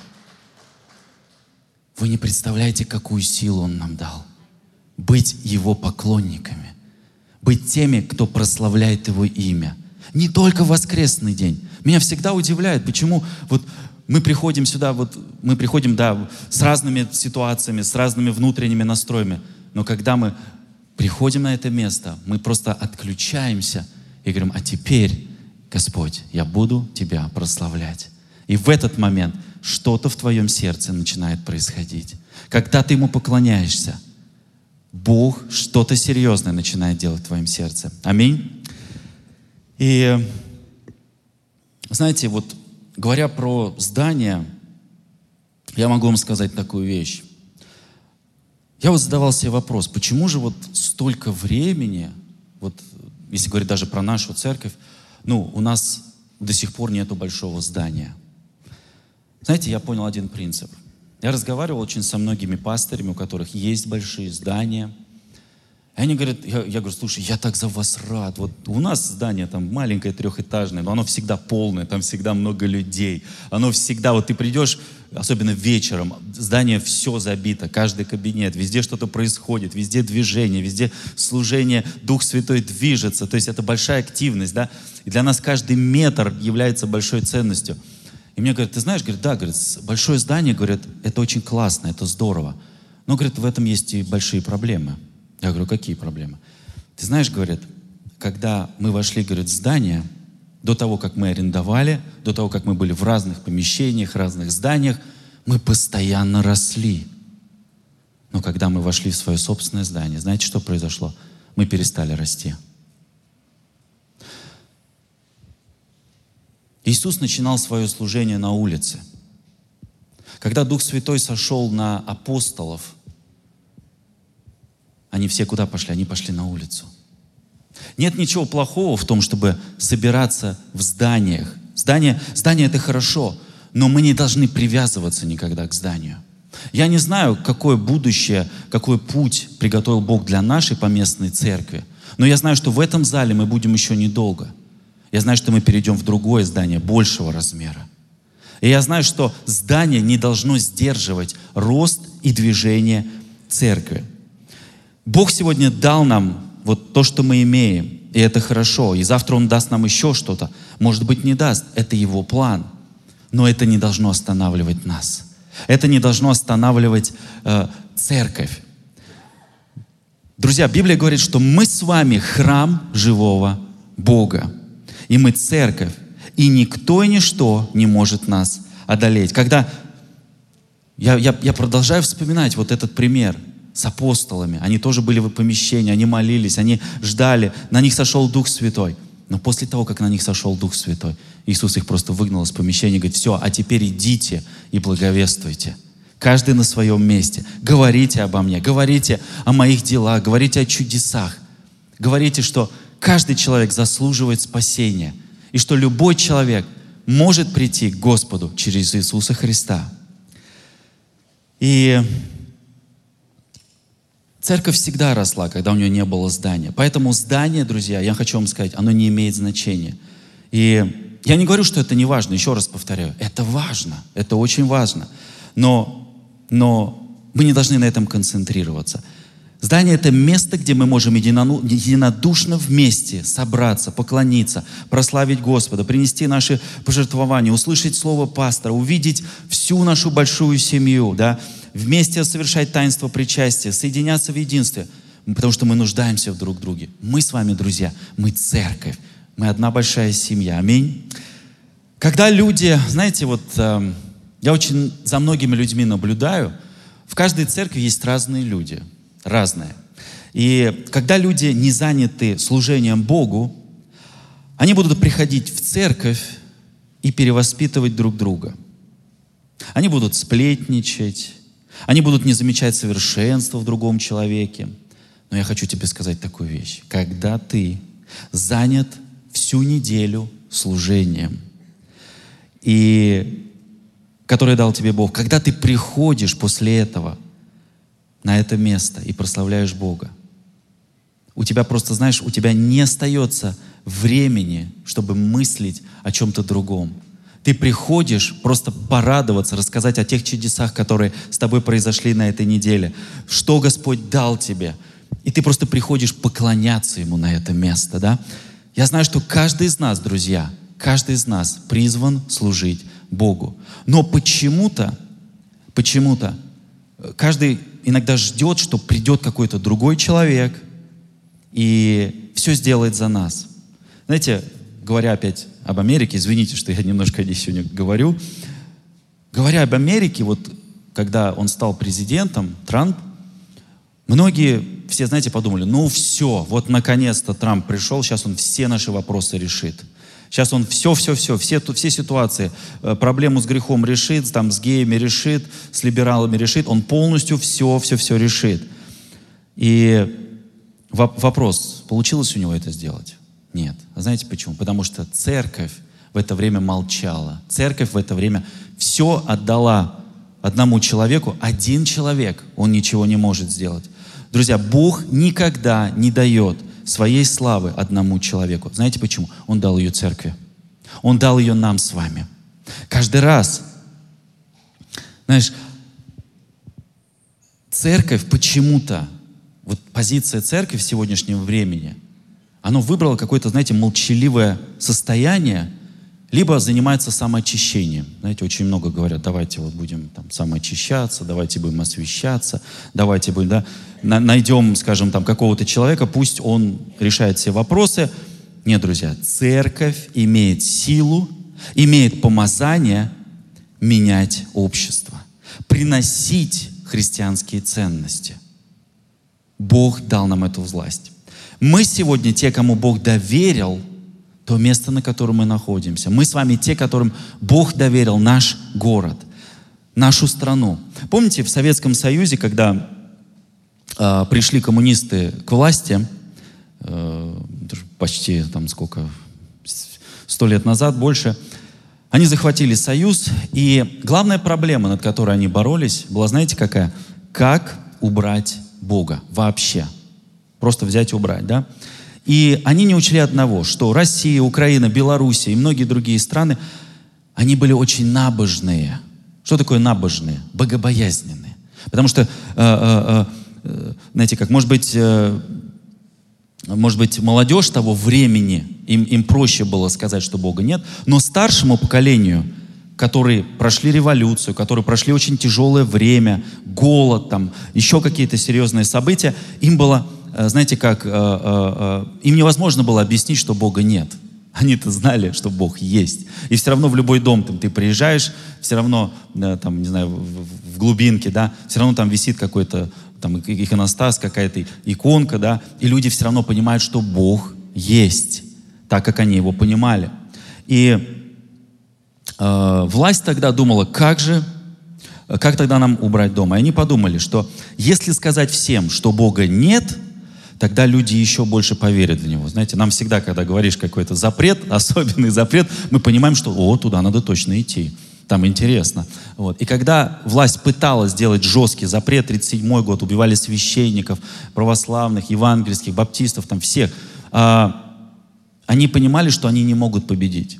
Вы не представляете, какую силу Он нам дал. Быть Его поклонниками. Быть теми, кто прославляет Его имя. Не только в воскресный день. Меня всегда удивляет, почему вот мы приходим сюда, с разными ситуациями, с разными внутренними настроями. Но когда мы приходим на это место, мы просто отключаемся и говорим: а теперь, Господь, я буду Тебя прославлять. И в этот момент что-то в твоем сердце начинает происходить. Когда ты Ему поклоняешься, Бог что-то серьезное начинает делать в твоем сердце. Аминь. И знаете, вот говоря про здание, я могу вам сказать такую вещь. Я вот задавал себе вопрос, почему же вот столько времени, вот если говорить даже про нашу церковь, у нас до сих пор нету большого здания. Знаете, я понял один принцип. Я разговаривал очень со многими пастырями, у которых есть большие здания. И они говорят, я говорю: слушай, я так за вас рад. Вот у нас здание там маленькое, трехэтажное, но оно всегда полное, там всегда много людей. Оно всегда, вот ты придешь, особенно вечером, здание все забито, каждый кабинет, везде что-то происходит, везде движение, везде служение, Дух Святой движется. То есть это большая активность, да? И для нас каждый метр является большой ценностью. И мне говорят: ты знаешь, говорит, да, говорит, большое здание, говорят, это очень классно, это здорово. Но, говорит, в этом есть и большие проблемы. Я говорю: какие проблемы? Ты знаешь, говорят, когда мы вошли, говорит, в здание, до того, как мы арендовали, до того, как мы были в разных помещениях, разных зданиях, мы постоянно росли. Но когда мы вошли в свое собственное здание, знаете, что произошло? Мы перестали расти. Иисус начинал свое служение на улице. Когда Дух Святой сошел на апостолов, они все куда пошли? Они пошли на улицу. Нет ничего плохого в том, чтобы собираться в зданиях. Здание это хорошо, но мы не должны привязываться никогда к зданию. Я не знаю, какое будущее, какой путь приготовил Бог для нашей поместной церкви, но я знаю, что в этом зале мы будем еще недолго. Я знаю, что мы перейдем в другое здание большего размера. И я знаю, что здание не должно сдерживать рост и движение церкви. Бог сегодня дал нам вот то, что мы имеем, и это хорошо. И завтра Он даст нам еще что-то. Может быть, не даст. Это Его план. Но это не должно останавливать нас. Это не должно останавливать церковь. Друзья, Библия говорит, что мы с вами храм живого Бога. И мы церковь. И никто и ничто не может нас одолеть. Когда я продолжаю вспоминать вот этот пример с апостолами. Они тоже были в помещении, они молились, они ждали. На них сошел Дух Святой. Но после того, как на них сошел Дух Святой, Иисус их просто выгнал из помещения и говорит: все, а теперь идите и благовествуйте. Каждый на своем месте. Говорите обо мне, говорите о моих делах, говорите о чудесах. Говорите, что каждый человек заслуживает спасения. И что любой человек может прийти к Господу через Иисуса Христа. И церковь всегда росла, когда у нее не было здания. Поэтому здание, друзья, я хочу вам сказать, оно не имеет значения. И я не говорю, что это не важно, еще раз повторяю, это важно, это очень важно. Но мы не должны на этом концентрироваться. Здание — это место, где мы можем единодушно вместе собраться, поклониться, прославить Господа, принести наши пожертвования, услышать слово пастора, увидеть всю нашу большую семью, да, вместе совершать таинство причастия, соединяться в единстве, потому что мы нуждаемся в друг друге. Мы с вами, друзья, мы церковь, мы одна большая семья. Аминь. Когда люди, знаете, вот я очень за многими людьми наблюдаю, в каждой церкви есть разные люди, разные. И когда люди не заняты служением Богу, они будут приходить в церковь и перевоспитывать друг друга. Они будут сплетничать, они будут не замечать совершенства в другом человеке. Но я хочу тебе сказать такую вещь. Когда ты занят всю неделю служением, и которое дал тебе Бог, когда ты приходишь после этого на это место и прославляешь Бога, у тебя просто, знаешь, у тебя не остается времени, чтобы мыслить о чем-то другом. Ты приходишь просто порадоваться, рассказать о тех чудесах, которые с тобой произошли на этой неделе, что Господь дал тебе. И ты просто приходишь поклоняться Ему на это место, да? Я знаю, что каждый из нас, друзья, каждый из нас призван служить Богу. Но почему-то каждый иногда ждет, что придет какой-то другой человек и все сделает за нас. Знаете, говоря опять об Америке, извините, что я немножко здесь сегодня говорю, говоря об Америке, вот когда он стал президентом, Трамп, многие, все, знаете, подумали, ну все, вот наконец-то Трамп пришел, сейчас он все наши вопросы решит. Сейчас он все ситуации, проблему с грехом решит, там, с геями решит, с либералами решит, он полностью все решит. И вопрос, получилось у него это сделать? Нет. А знаете почему? Потому что церковь в это время молчала. Церковь в это время все отдала одному человеку. Один человек, он ничего не может сделать. Друзья, Бог никогда не дает своей славы одному человеку. Знаете почему? Он дал ее церкви. Он дал ее нам с вами. Каждый раз, знаешь, церковь почему-то, вот позиция церкви в сегодняшнем времени, она выбрала какое-то, знаете, молчаливое состояние, либо занимается самоочищением. Знаете, очень много говорят, давайте вот будем там самоочищаться, давайте будем освящаться, давайте будем, да, найдем, скажем, там какого-то человека, пусть он решает все вопросы. Нет, друзья, церковь имеет силу, имеет помазание менять общество, приносить христианские ценности. Бог дал нам эту власть. Мы сегодня те, кому Бог доверил то место, на котором мы находимся. Мы с вами те, которым Бог доверил наш город, нашу страну. Помните, в Советском Союзе, когда пришли коммунисты к власти, почти там сколько, 100 лет назад, больше, они захватили Союз, и главная проблема, над которой они боролись, была, знаете, какая? Как убрать Бога вообще. Просто взять и убрать, да? И они не учли одного, что Россия, Украина, Белоруссия и многие другие страны, они были очень набожные. Что такое набожные? Богобоязненные. Потому что, знаете как, может быть, молодежь того времени, им проще было сказать, что Бога нет, но старшему поколению, которые прошли революцию, которые прошли очень тяжелое время, голод, там, еще какие-то серьезные события, им было, знаете как, им невозможно было объяснить, что Бога нет. Они-то знали, что Бог есть. И все равно в любой дом ты приезжаешь, все равно, там, не знаю, в глубинке, да, все равно там висит какой-то там иконостас, какая-то иконка, да, и люди все равно понимают, что Бог есть, так как они его понимали. И власть тогда думала, как тогда нам убрать дом? И они подумали, что если сказать всем, что Бога нет, тогда люди еще больше поверят в Него. Знаете, нам всегда, когда говоришь какой-то запрет, особенный запрет, мы понимаем, что туда надо точно идти. Там интересно. Вот. И когда власть пыталась сделать жесткий запрет, 1937 год, убивали священников, православных, евангельских, баптистов, там всех, они понимали, что они не могут победить.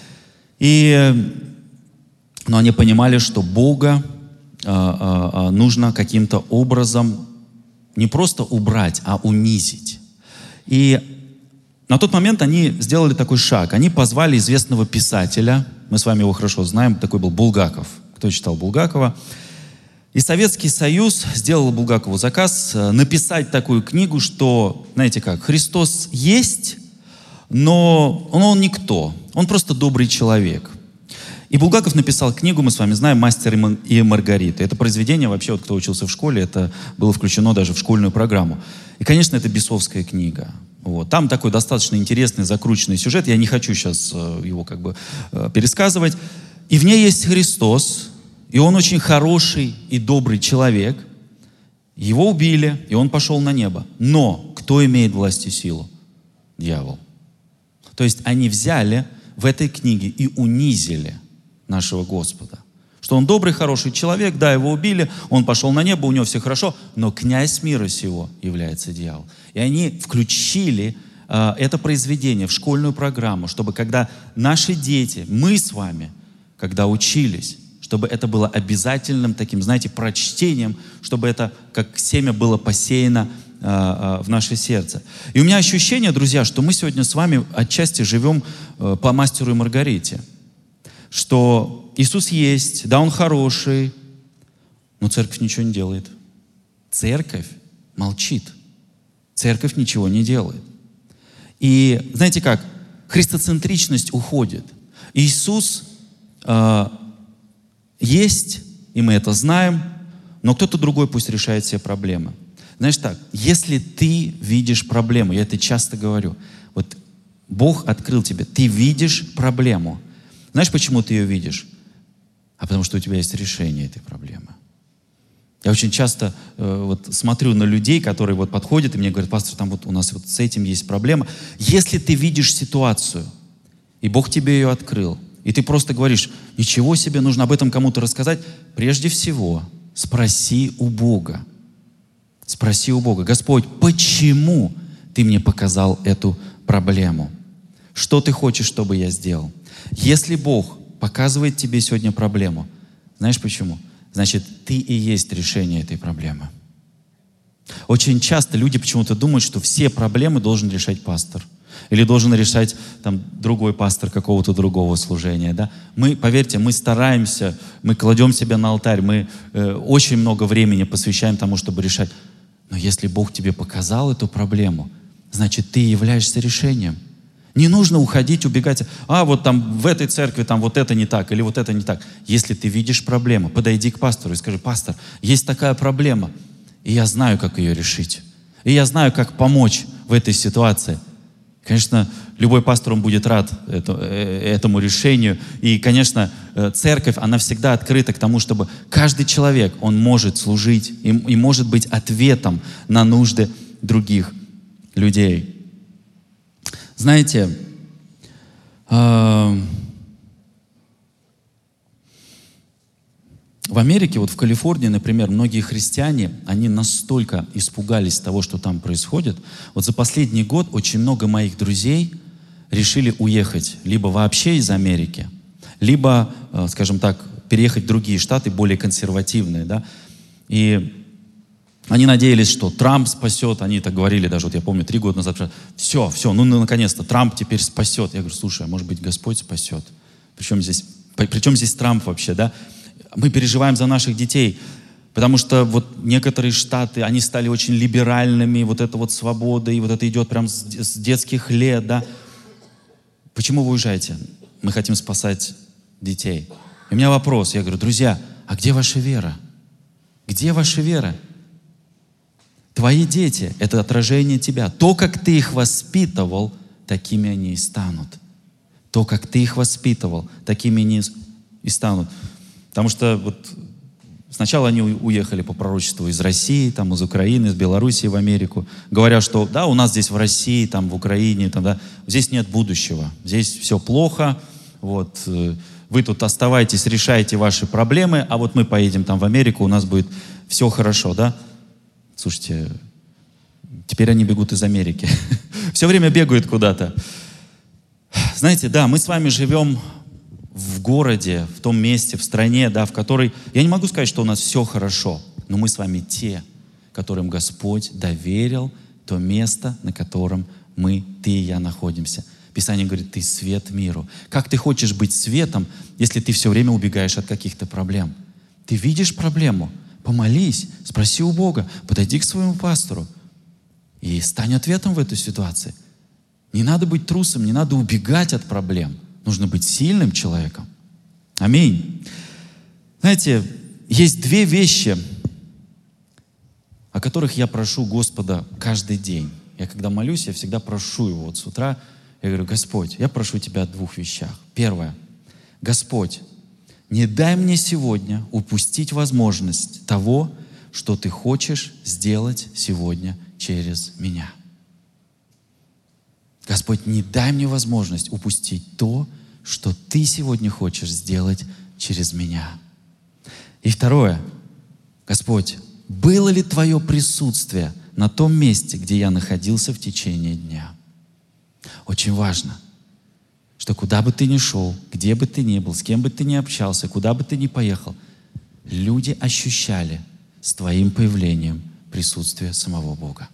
Но они понимали, что Бога нужно каким-то образом не просто убрать, а унизить. И на тот момент они сделали такой шаг. Они позвали известного писателя, мы с вами его хорошо знаем, такой был Булгаков. Кто читал Булгакова? И Советский Союз сделал Булгакову заказ написать такую книгу, что, знаете как, Христос есть, но он никто, он просто добрый человек. И Булгаков написал книгу, мы с вами знаем, «Мастер и Маргарита». Это произведение, вообще, вот кто учился в школе, это было включено даже в школьную программу. И, конечно, это бесовская книга. Вот. Там такой достаточно интересный, закрученный сюжет. Я не хочу сейчас его как бы пересказывать. И в ней есть Христос, и он очень хороший и добрый человек. Его убили, и он пошел на небо. Но кто имеет власть и силу? Дьявол. То есть они взяли в этой книге и унизили нашего Господа. Что он добрый, хороший человек, да, его убили, он пошел на небо, у него все хорошо, но князь мира сего является дьявол. И они включили это произведение в школьную программу, чтобы когда наши дети, мы с вами, когда учились, чтобы это было обязательным таким, знаете, прочтением, чтобы это как семя было посеяно в наше сердце. И у меня ощущение, друзья, что мы сегодня с вами отчасти живем по мастеру и Маргарите. Что Иисус есть, да, Он хороший, но церковь ничего не делает. Церковь молчит. Церковь ничего не делает. И знаете как? Христоцентричность уходит. Иисус есть, и мы это знаем, но кто-то другой пусть решает все проблемы. Знаешь так, если ты видишь проблему, я это часто говорю, вот Бог открыл тебе, ты видишь проблему. Знаешь, почему ты ее видишь? А потому что у тебя есть решение этой проблемы. Я очень часто вот смотрю на людей, которые вот подходят и мне говорят: пастор, там вот у нас вот с этим есть проблема. Если ты видишь ситуацию, и Бог тебе ее открыл, и ты просто говоришь: ничего себе, нужно об этом кому-то рассказать, прежде всего спроси у Бога. Спроси у Бога: Господь, почему Ты мне показал эту проблему? Что Ты хочешь, чтобы я сделал? Если Бог показывает тебе сегодня проблему, знаешь почему? Значит, ты и есть решение этой проблемы. Очень часто люди почему-то думают, что все проблемы должен решать пастор. Или должен решать там другой пастор какого-то другого служения. Да? Мы, поверьте, мы стараемся, мы кладем себя на алтарь, мы очень много времени посвящаем тому, чтобы решать. Но если Бог тебе показал эту проблему, значит, ты являешься решением. Не нужно уходить, убегать. Вот там в этой церкви там вот это не так, или вот это не так. Если ты видишь проблему, подойди к пастору и скажи: пастор, есть такая проблема, и я знаю, как ее решить. И я знаю, как помочь в этой ситуации. Конечно, любой пастор, он будет рад этому решению. И, конечно, церковь, она всегда открыта к тому, чтобы каждый человек, он может служить и может быть ответом на нужды других людей. Знаете, в Америке, вот в Калифорнии, например, многие христиане, они настолько испугались того, что там происходит. Вот за последний год очень много моих друзей решили уехать либо вообще из Америки, либо, скажем так, переехать в другие штаты, более консервативные. Да? И они надеялись, что Трамп спасет. Они так говорили даже, вот я помню, 3 года назад. Все, ну наконец-то Трамп теперь спасет. Я говорю: слушай, а может быть Господь спасет? Причем здесь Трамп вообще, да? Мы переживаем за наших детей, потому что вот некоторые штаты, они стали очень либеральными, вот эта вот свобода, и вот это идет прям с детских лет, да? Почему вы уезжаете? Мы хотим спасать детей. И у меня вопрос, я говорю: друзья, а где ваша вера? Где ваша вера? Твои дети — это отражение тебя. То, как ты их воспитывал, такими они и станут. То, как ты их воспитывал, такими они и станут. Потому что вот сначала они уехали по пророчеству из России, там, из Украины, из Белоруссии в Америку, говоря, что да, у нас здесь в России, там, в Украине, там, да, здесь нет будущего, здесь все плохо, вот, вы тут оставайтесь, решайте ваши проблемы, а вот мы поедем там в Америку, у нас будет все хорошо, да? Слушайте, теперь они бегут из Америки. Все время бегают куда-то. Знаете, да, мы с вами живем в городе, в том месте, в стране, да, в которой... Я не могу сказать, что у нас все хорошо, но мы с вами те, которым Господь доверил то место, на котором ты и я находимся. Писание говорит: ты свет миру. Как ты хочешь быть светом, если ты все время убегаешь от каких-то проблем? Ты видишь проблему? Помолись, спроси у Бога, подойди к своему пастору и стань ответом в этой ситуации. Не надо быть трусом, не надо убегать от проблем. Нужно быть сильным человеком. Аминь. Знаете, есть две вещи, о которых я прошу Господа каждый день. Я когда молюсь, я всегда прошу Его. Вот с утра я говорю: Господь, я прошу Тебя о двух вещах. Первое. Господь, не дай мне сегодня упустить возможность того, что Ты хочешь сделать сегодня через меня. Господь, не дай мне возможность упустить то, что Ты сегодня хочешь сделать через меня. И второе. Господь, было ли Твое присутствие на том месте, где я находился в течение дня? Очень важно, что куда бы ты ни шел, где бы ты ни был, с кем бы ты ни общался, куда бы ты ни поехал, люди ощущали с твоим появлением присутствие самого Бога.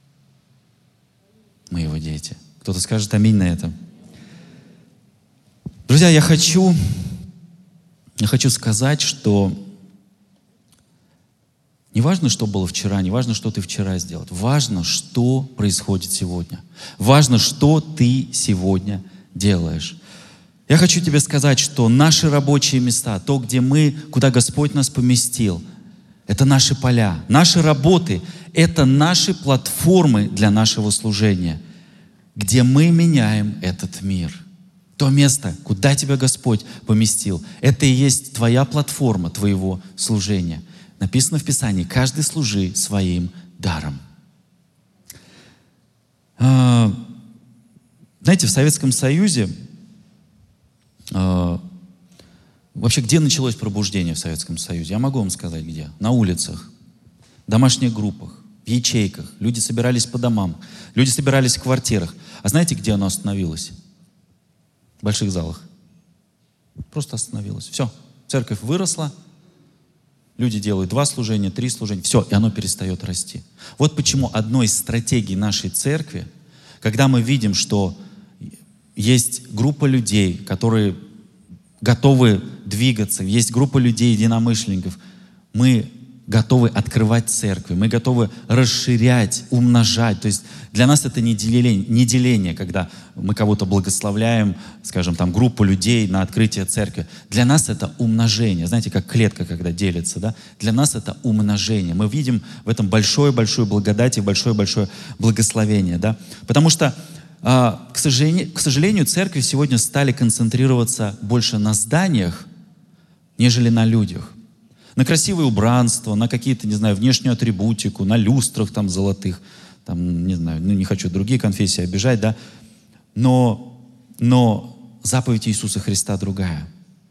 Мы Его дети. Кто-то скажет аминь на это. Друзья, я хочу сказать, что не важно, что было вчера, не важно, что ты вчера сделал. Важно, что происходит сегодня. Важно, что ты сегодня делаешь. Я хочу тебе сказать, что наши рабочие места, то, куда Господь нас поместил, это наши поля. Наши работы — это наши платформы для нашего служения, где мы меняем этот мир. То место, куда тебя Господь поместил, это и есть твоя платформа твоего служения. Написано в Писании: каждый служи своим даром. Знаете, в Советском Союзе, вообще, где началось пробуждение в Советском Союзе? Я могу вам сказать, где. На улицах, в домашних группах, в ячейках. Люди собирались по домам, люди собирались в квартирах. А знаете, где оно остановилось? В больших залах. Просто остановилось. Все, церковь выросла. Люди делают 2 служения, 3 служения. Все, и оно перестает расти. Вот почему одной из стратегий нашей церкви, когда мы видим, что есть группа людей, которые готовы двигаться, есть группа людей, единомышленников, мы готовы открывать церкви, мы готовы расширять, умножать. То есть для нас это не деление, когда мы кого-то благословляем, скажем, там, группу людей на открытие церкви. Для нас это умножение. Знаете, как клетка, когда делится, да? Для нас это умножение. Мы видим в этом большое-большое благодать и большое-большое благословение, да? Потому что, к сожалению, церкви сегодня стали концентрироваться больше на зданиях, нежели на людях. На красивое убранство, на какие-то, не знаю, внешнюю атрибутику, на люстрах там золотых, там, не знаю, не хочу другие конфессии обижать, да. Но заповедь Иисуса Христа другая.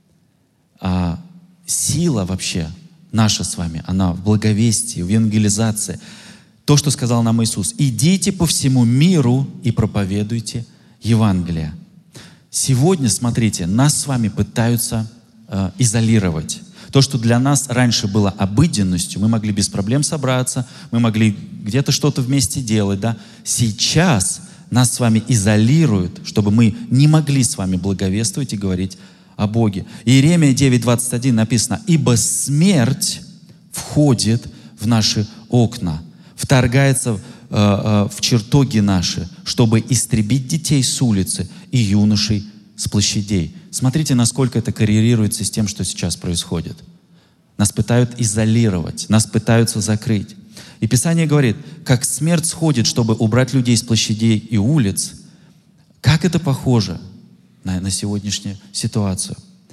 А сила вообще наша с вами, она в благовестии, в евангелизации. То, что сказал нам Иисус: идите по всему миру и проповедуйте Евангелие. Сегодня, смотрите, нас с вами пытаются изолировать. То, что для нас раньше было обыденностью, мы могли без проблем собраться, мы могли где-то что-то вместе делать, да? Сейчас нас с вами изолируют, чтобы мы не могли с вами благовествовать и говорить о Боге. Иеремия 9:21 написано: «Ибо смерть входит в наши окна, вторгается в чертоги наши, чтобы истребить детей с улицы и юношей с площадей». Смотрите, насколько это коррелируется с тем, что сейчас происходит. Нас пытаются изолировать, нас пытаются закрыть. И Писание говорит: как смерть сходит, чтобы убрать людей с площадей и улиц, как это похоже на сегодняшнюю ситуацию.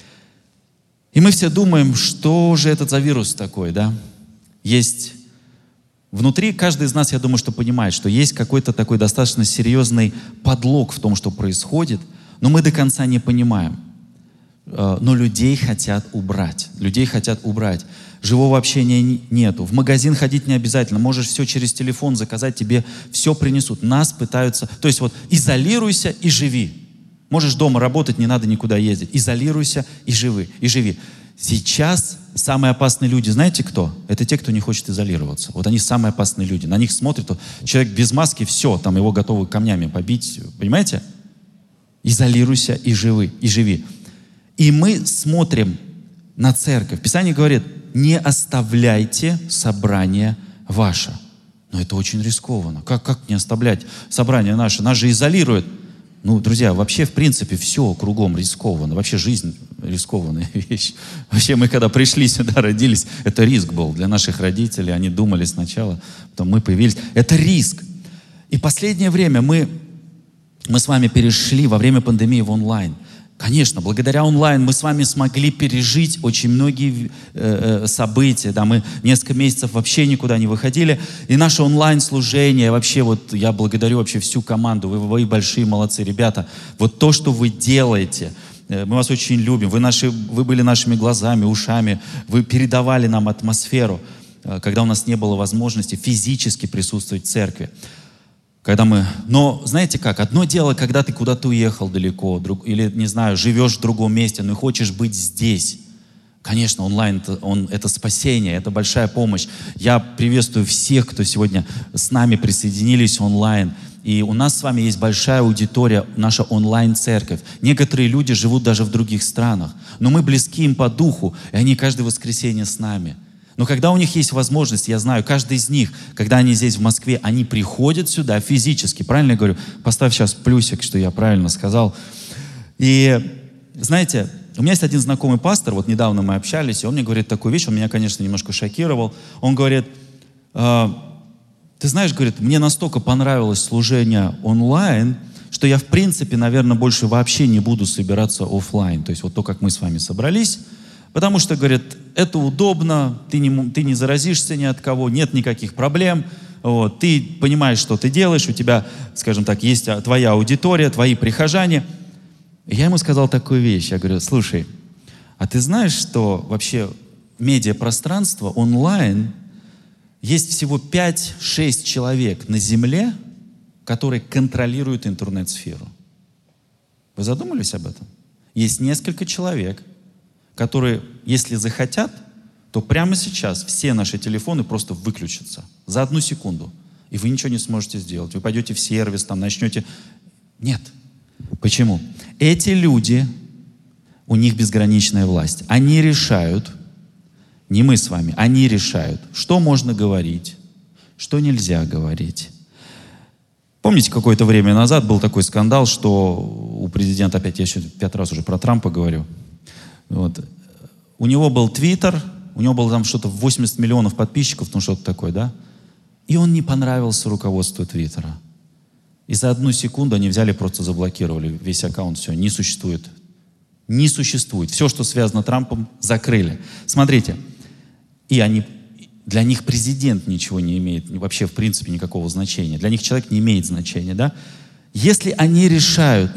И мы все думаем, что же это за вирус такой, да? Есть внутри, каждый из нас, я думаю, что понимает, что есть какой-то такой достаточно серьезный подлог в том, что происходит, но мы до конца не понимаем. Но людей хотят убрать. Людей хотят убрать. Живого общения нету. В магазин ходить не обязательно. Можешь все через телефон заказать, тебе все принесут. Нас пытаются... То есть вот изолируйся и живи. Можешь дома работать, не надо никуда ездить. Изолируйся и живи. Сейчас самые опасные люди, знаете кто? Это те, кто не хочет изолироваться. Вот они самые опасные люди. На них смотрят, вот, человек без маски, все, там его готовы камнями побить. Понимаете? Изолируйся и живи. И мы смотрим на церковь. Писание говорит: не оставляйте собрание ваше. Но это очень рискованно. Как не оставлять собрание наше? Нас же изолируют. Ну, друзья, вообще, в принципе, все кругом рискованно. Вообще жизнь рискованная вещь. Вообще мы когда пришли сюда, родились, это риск был для наших родителей. Они думали сначала, потом мы появились. Это риск. И последнее время мы с вами перешли во время пандемии в онлайн. Конечно, благодаря онлайн мы с вами смогли пережить очень многие события. Да, мы несколько месяцев вообще никуда не выходили. И наше онлайн-служение, вообще вот я благодарю вообще всю команду. Вы большие молодцы, ребята. Вот то, что вы делаете, мы вас очень любим. Вы были нашими глазами, ушами. Вы передавали нам атмосферу, когда у нас не было возможности физически присутствовать в церкви. Но знаете как, одно дело, когда ты куда-то уехал далеко, или, не знаю, живешь в другом месте, но хочешь быть здесь. Конечно, онлайн это спасение, это большая помощь. Я приветствую всех, кто сегодня с нами присоединились онлайн. И у нас с вами есть большая аудитория, наша онлайн-церковь. Некоторые люди живут даже в других странах, но мы близки им по духу, и они каждое воскресенье с нами. Но когда у них есть возможность, я знаю, каждый из них, когда они здесь в Москве, они приходят сюда физически. Правильно я говорю? Поставь сейчас плюсик, что я правильно сказал. И знаете, у меня есть один знакомый пастор, вот недавно мы общались, и он мне говорит такую вещь, он меня, конечно, немножко шокировал. Он говорит, ты знаешь, говорит, мне настолько понравилось служение онлайн, что я, в принципе, наверное, больше вообще не буду собираться офлайн. То есть вот то, как мы с вами собрались. Потому что, говорит, это удобно, ты не заразишься ни от кого, нет никаких проблем. Вот, ты понимаешь, что ты делаешь, у тебя, скажем так, есть твоя аудитория, твои прихожане. И я ему сказал такую вещь. Я говорю, слушай, а ты знаешь, что вообще медиапространство онлайн есть всего 5-6 человек на Земле, которые контролируют интернет-сферу. Вы задумались об этом? Есть несколько человек, которые, если захотят, то прямо сейчас все наши телефоны просто выключатся за 1 секунду. И вы ничего не сможете сделать. Вы пойдете в сервис, там начнете... Нет. Почему? Эти люди, у них безграничная власть. Они решают, не мы с вами, они решают, что можно говорить, что нельзя говорить. Помните, какое-то время назад был такой скандал, что у президента, опять я еще 5 раз уже про Трампа говорю, вот. У него был Твиттер, у него было там что-то 80 миллионов подписчиков, ну что-то такое, да? И он не понравился руководству Твиттера. И за 1 секунду они взяли, просто заблокировали весь аккаунт, все, не существует. Не существует. Все, что связано с Трампом, закрыли. Смотрите, и для них президент ничего не имеет, вообще в принципе никакого значения. Для них человек не имеет значения, да? Если они решат,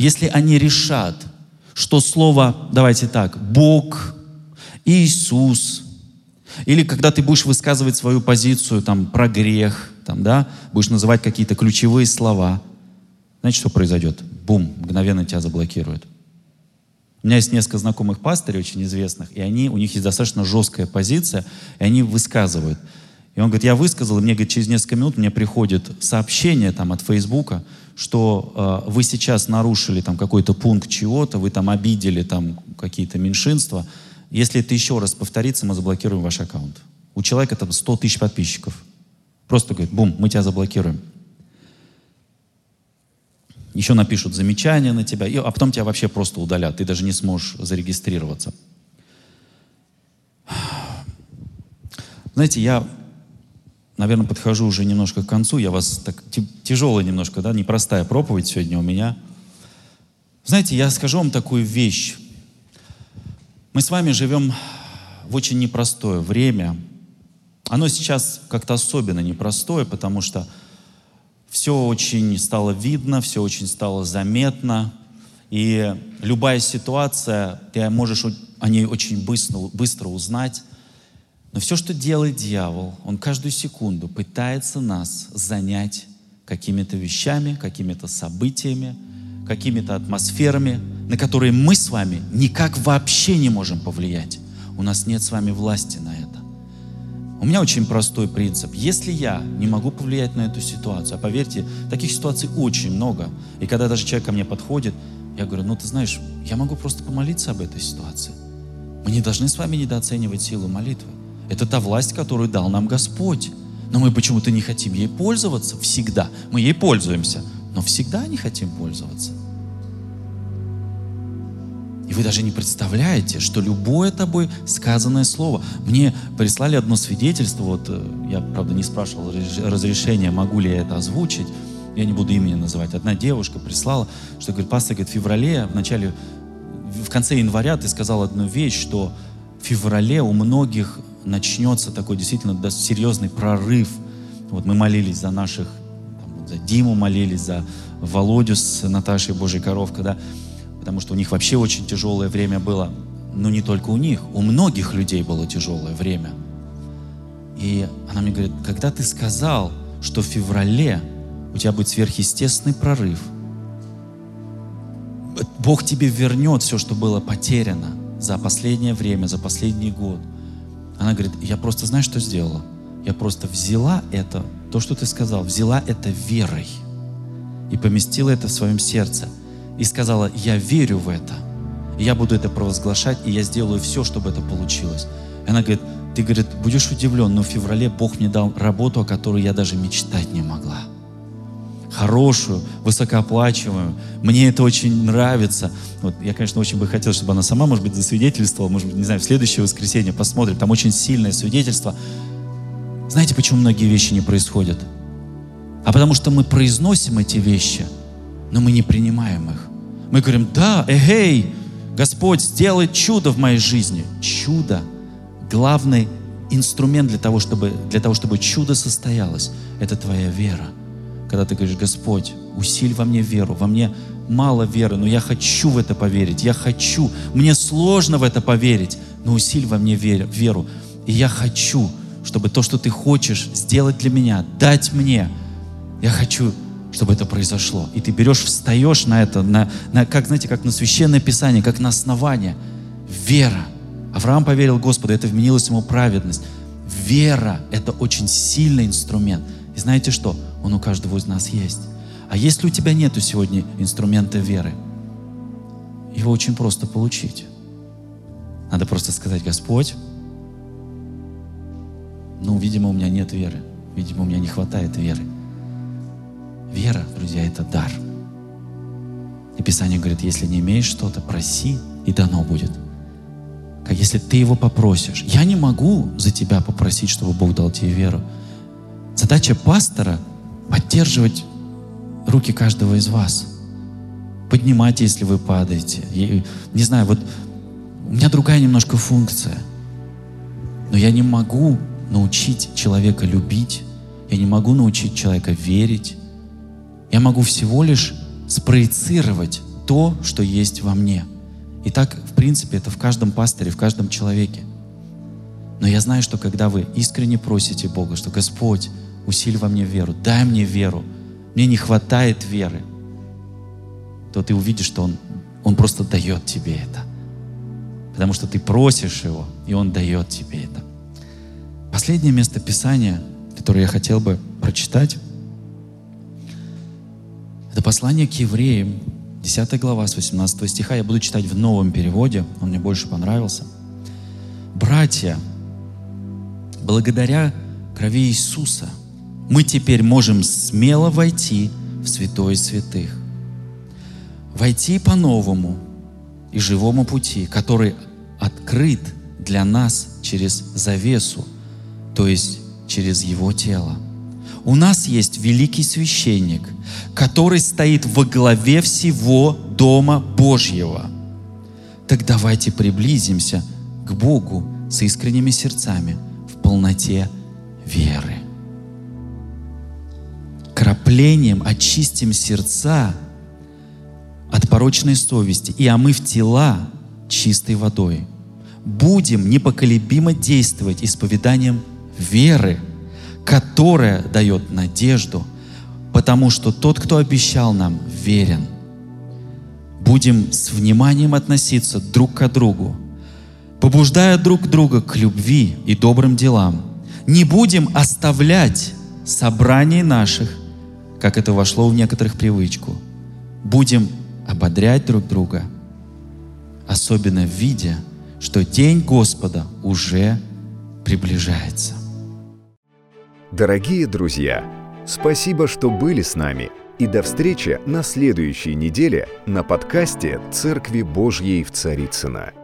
что слово, давайте так, Бог, Иисус, или когда ты будешь высказывать свою позицию там, про грех, там, да, будешь называть какие-то ключевые слова, знаете, что произойдет? Бум, мгновенно тебя заблокируют. У меня есть несколько знакомых пастырей, очень известных, и у них есть достаточно жесткая позиция, и они высказывают. И он говорит, я высказал, и мне, говорит, через несколько минут мне приходит сообщение там, от Фейсбука, что вы сейчас нарушили там какой-то пункт чего-то, вы там обидели там какие-то меньшинства. Если это еще раз повторится, мы заблокируем ваш аккаунт. У человека там 100 тысяч подписчиков. Просто говорит, бум, мы тебя заблокируем. Еще напишут замечания на тебя, а потом тебя вообще просто удалят. Ты даже не сможешь зарегистрироваться. Знаете, я, наверное, подхожу уже немножко к концу. Я вас так тяжелая немножко, да, непростая проповедь сегодня у меня. Знаете, я скажу вам такую вещь. Мы с вами живем в очень непростое время. Оно сейчас как-то особенно непростое, потому что все очень стало видно, все очень стало заметно. И любая ситуация, ты можешь о ней очень быстро узнать. Но все, что делает дьявол, он каждую секунду пытается нас занять какими-то вещами, какими-то событиями, какими-то атмосферами, на которые мы с вами никак вообще не можем повлиять. У нас нет с вами власти на это. У меня очень простой принцип. Если я не могу повлиять на эту ситуацию, а поверьте, таких ситуаций очень много, и когда даже человек ко мне подходит, я говорю, ну ты знаешь, я могу просто помолиться об этой ситуации. Мы не должны с вами недооценивать силу молитвы. Это та власть, которую дал нам Господь. Но мы почему-то не хотим ей пользоваться всегда. Мы ей пользуемся, но всегда не хотим пользоваться. И вы даже не представляете, что любое тобой сказанное слово. Мне прислали одно свидетельство, вот я, правда, не спрашивал разрешения, могу ли я это озвучить, я не буду имени называть. Одна девушка прислала, что, говорит, пастор, говорит, в феврале, в конце января ты сказал одну вещь, что в феврале у многих начнется такой действительно серьезный прорыв. Вот мы молились за наших, за Диму молились, за Володю с Наташей Божьей коровка, да, потому что у них вообще очень тяжелое время было. Но не только у них, у многих людей было тяжелое время. И она мне говорит, когда ты сказал, что в феврале у тебя будет сверхъестественный прорыв, Бог тебе вернет все, что было потеряно за последнее время, за последний год. Она говорит, я просто, знаешь, что сделала? Я просто взяла это, то, что ты сказал, взяла это верой и поместила это в своем сердце. И сказала, я верю в это, и я буду это провозглашать, и я сделаю все, чтобы это получилось. И она говорит, ты, говорит, будешь удивлен, но в феврале Бог мне дал работу, о которой я даже мечтать не могла. Хорошую, высокооплачиваемую. Мне это очень нравится. Вот, я, конечно, очень бы хотел, чтобы она сама, может быть, засвидетельствовала, может быть, не знаю, в следующее воскресенье посмотрим. Там очень сильное свидетельство. Знаете, почему многие вещи не происходят? А потому что мы произносим эти вещи, но мы не принимаем их. Мы говорим, да, эгей, Господь, сделай чудо в моей жизни. Чудо. Главный инструмент для того, чтобы чудо состоялось, это твоя вера. Когда ты говоришь, Господь, усиль во мне веру, во мне мало веры, но я хочу в это поверить, мне сложно в это поверить, но усиль во мне веру. И я хочу, чтобы то, что ты хочешь сделать для меня, дать мне, я хочу, чтобы это произошло. И ты берешь, встаешь на это, как, знаете, как на Священное Писание, как на основание. Вера. Авраам поверил Господу, это вменилось ему праведность. Вера – это очень сильный инструмент. И знаете что? Он у каждого из нас есть. А если у тебя нету сегодня инструмента веры, его очень просто получить. Надо просто сказать, Господь, видимо, у меня нет веры. Видимо, у меня не хватает веры. Вера, друзья, это дар. И Писание говорит, если не имеешь что-то, проси, и дано будет. Как если ты его попросишь. Я не могу за тебя попросить, чтобы Бог дал тебе веру. Задача пастора — поддерживать руки каждого из вас. Поднимать, если вы падаете. Не знаю, вот у меня другая немножко функция. Но я не могу научить человека любить. Я не могу научить человека верить. Я могу всего лишь спроецировать то, что есть во мне. И так, в принципе, это в каждом пасторе, в каждом человеке. Но я знаю, что когда вы искренне просите Бога, что Господь, усиль во мне веру, дай мне веру, мне не хватает веры, то ты увидишь, что Он просто дает тебе это. Потому что ты просишь Его, и Он дает тебе это. Последнее место Писания, которое я хотел бы прочитать, это послание к евреям, 10 глава, с 18 стиха. Я буду читать в новом переводе, он мне больше понравился. «Братья, благодаря крови Иисуса мы теперь можем смело войти в святое святых, войти по новому и живому пути, который открыт для нас через завесу, то есть через Его тело. У нас есть великий священник, который стоит во главе всего Дома Божьего. Так давайте приблизимся к Богу с искренними сердцами в полноте веры. Краплением очистим сердца от порочной совести и омыв тела чистой водой. Будем непоколебимо действовать исповеданием веры, которая дает надежду, потому что тот, кто обещал нам, верен. Будем с вниманием относиться друг к другу, побуждая друг друга к любви и добрым делам. Не будем оставлять собраний наших, как это вошло в некоторых привычку. Будем ободрять друг друга, особенно видя, что день Господа уже приближается. Дорогие друзья, спасибо, что были с нами. И до встречи на следующей неделе на подкасте «Церкви Божьей в Царицыно».